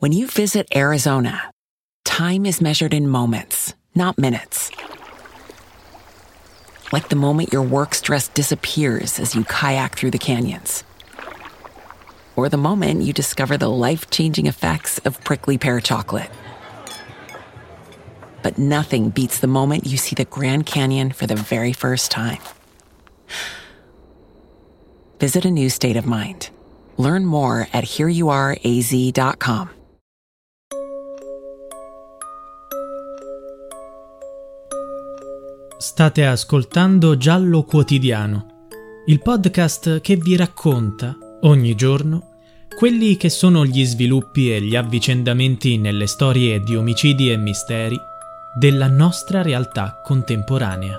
When you visit Arizona, time is measured in moments, not minutes. Like the moment your work stress disappears as you kayak through the canyons. Or the moment you discover the life-changing effects of prickly pear chocolate. But nothing beats the moment you see the Grand Canyon for the very first time. Visit a new state of mind. Learn more at hereyouareaz.com. State ascoltando Giallo Quotidiano, il podcast che vi racconta, ogni giorno, quelli che sono gli sviluppi e gli avvicendamenti nelle storie di omicidi e misteri della nostra realtà contemporanea.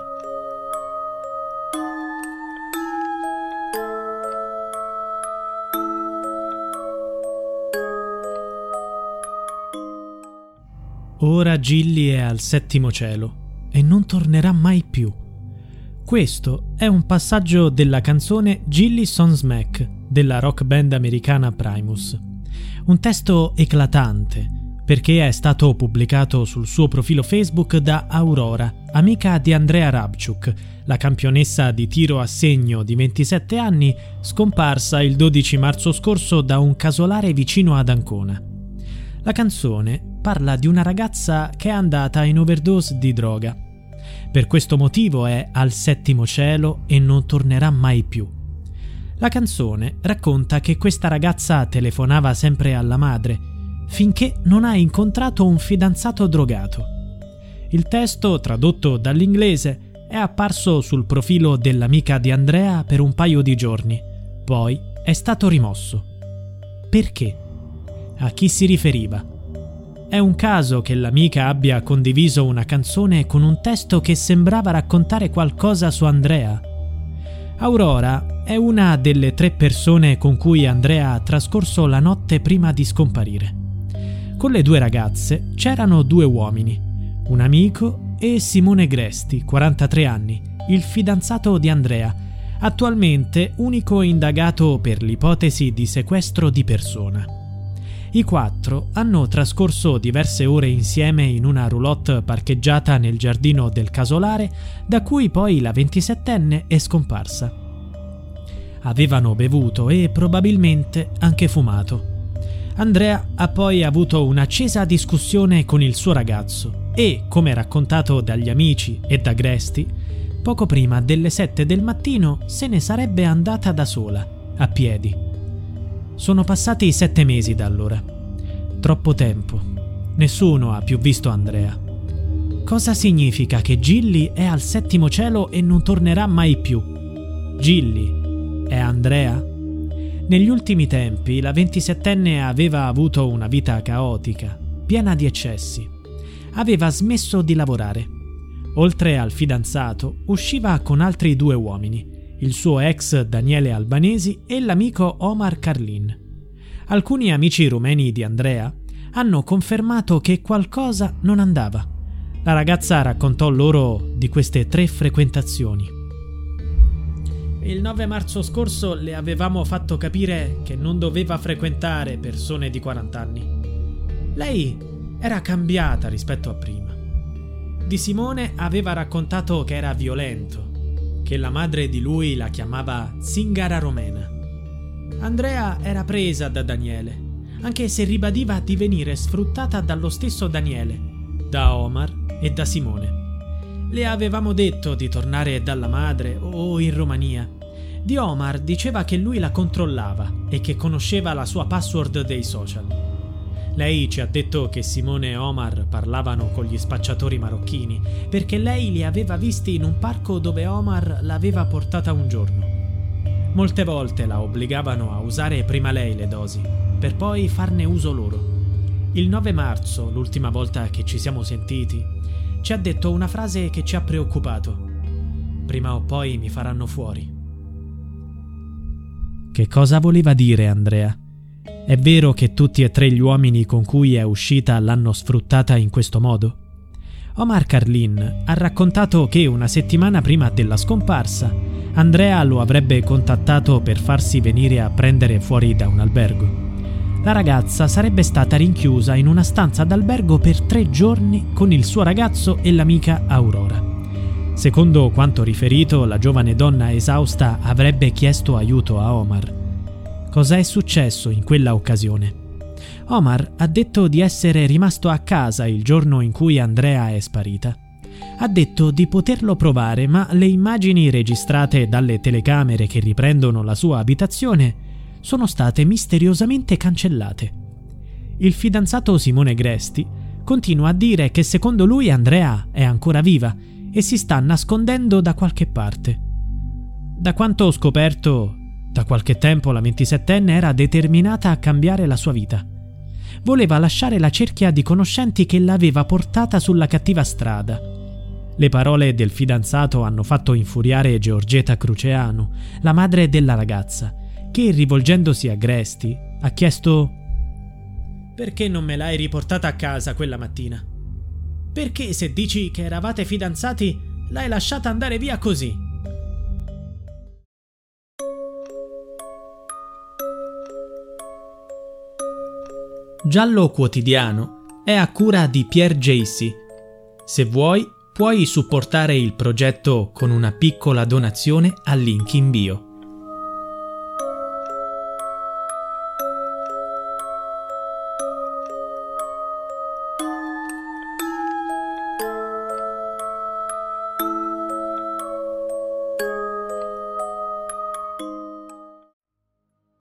Ora Gilly è al settimo cielo e non tornerà mai più. Questo è un passaggio della canzone Gilly Son Smack della rock band americana Primus. Un testo eclatante perché è stato pubblicato sul suo profilo Facebook da Aurora, amica di Andrea Rabchuk, la campionessa di tiro a segno di 27 anni scomparsa il 12 marzo scorso da un casolare vicino ad Ancona. La canzone parla di una ragazza che è andata in overdose di droga. Per questo motivo è al settimo cielo e non tornerà mai più. La canzone racconta che questa ragazza telefonava sempre alla madre finché non ha incontrato un fidanzato drogato. Il testo, tradotto dall'inglese, è apparso sul profilo dell'amica di Andrea per un paio di giorni, poi è stato rimosso. Perché? A chi si riferiva? È un caso che l'amica abbia condiviso una canzone con un testo che sembrava raccontare qualcosa su Andrea. Aurora è una delle 3 persone con cui Andrea ha trascorso la notte prima di scomparire. Con le 2 ragazze c'erano 2 uomini, un amico e Simone Gresti, 43 anni, il fidanzato di Andrea, attualmente unico indagato per l'ipotesi di sequestro di persona. I 4 hanno trascorso diverse ore insieme in una roulotte parcheggiata nel giardino del casolare, da cui poi la 27enne è scomparsa. Avevano bevuto e probabilmente anche fumato. Andrea ha poi avuto un'accesa discussione con il suo ragazzo e, come raccontato dagli amici e da Gresti, poco prima delle 7 del mattino se ne sarebbe andata da sola, a piedi. Sono passati 7 mesi da allora. Troppo tempo. Nessuno ha più visto Andrea. Cosa significa che Gilly è al settimo cielo e non tornerà mai più? Gilly è Andrea? Negli ultimi tempi la 27enne aveva avuto una vita caotica, piena di eccessi. Aveva smesso di lavorare. Oltre al fidanzato, usciva con altri 2 uomini, il suo ex Daniele Albanesi e l'amico Omar Carlin. Alcuni amici rumeni di Andrea hanno confermato che qualcosa non andava. La ragazza raccontò loro di queste 3 frequentazioni. Il 9 marzo scorso le avevamo fatto capire che non doveva frequentare persone di 40 anni. Lei era cambiata rispetto a prima. Di Simone aveva raccontato che era violento, che la madre di lui la chiamava zingara romena. Andrea era presa da Daniele, anche se ribadiva di venire sfruttata dallo stesso Daniele, da Omar e da Simone. Le avevamo detto di tornare dalla madre o in Romania. Di Omar diceva che lui la controllava e che conosceva la sua password dei social. Lei ci ha detto che Simone e Omar parlavano con gli spacciatori marocchini perché lei li aveva visti in un parco dove Omar l'aveva portata un giorno. Molte volte la obbligavano a usare prima lei le dosi, per poi farne uso loro. Il 9 marzo, l'ultima volta che ci siamo sentiti, ci ha detto una frase che ci ha preoccupato. Prima o poi mi faranno fuori. Che cosa voleva dire Andrea? È vero che tutti e 3 gli uomini con cui è uscita l'hanno sfruttata in questo modo? Omar Carlin ha raccontato che una settimana prima della scomparsa Andrea lo avrebbe contattato per farsi venire a prendere fuori da un albergo. la ragazza sarebbe stata rinchiusa in una stanza d'albergo per 3 giorni con il suo ragazzo e l'amica Aurora. Secondo quanto riferito, la giovane donna esausta avrebbe chiesto aiuto a Omar. Cosa è successo in quella occasione? Omar ha detto di essere rimasto a casa il giorno in cui Andrea è sparita. Ha detto di poterlo provare, ma le immagini registrate dalle telecamere che riprendono la sua abitazione sono state misteriosamente cancellate. Il fidanzato Simone Gresti continua a dire che secondo lui Andrea è ancora viva e si sta nascondendo da qualche parte. Da quanto ho scoperto, da qualche tempo la 27enne era determinata a cambiare la sua vita. Voleva lasciare la cerchia di conoscenti che l'aveva portata sulla cattiva strada. Le parole del fidanzato hanno fatto infuriare Georgetta Cruceanu, la madre della ragazza, che rivolgendosi a Gresti ha chiesto: «Perché non me l'hai riportata a casa quella mattina? Perché se dici che eravate fidanzati l'hai lasciata andare via così?» Giallo Quotidiano è a cura di Pierre Jacy. Se vuoi, puoi supportare il progetto con una piccola donazione al link in bio.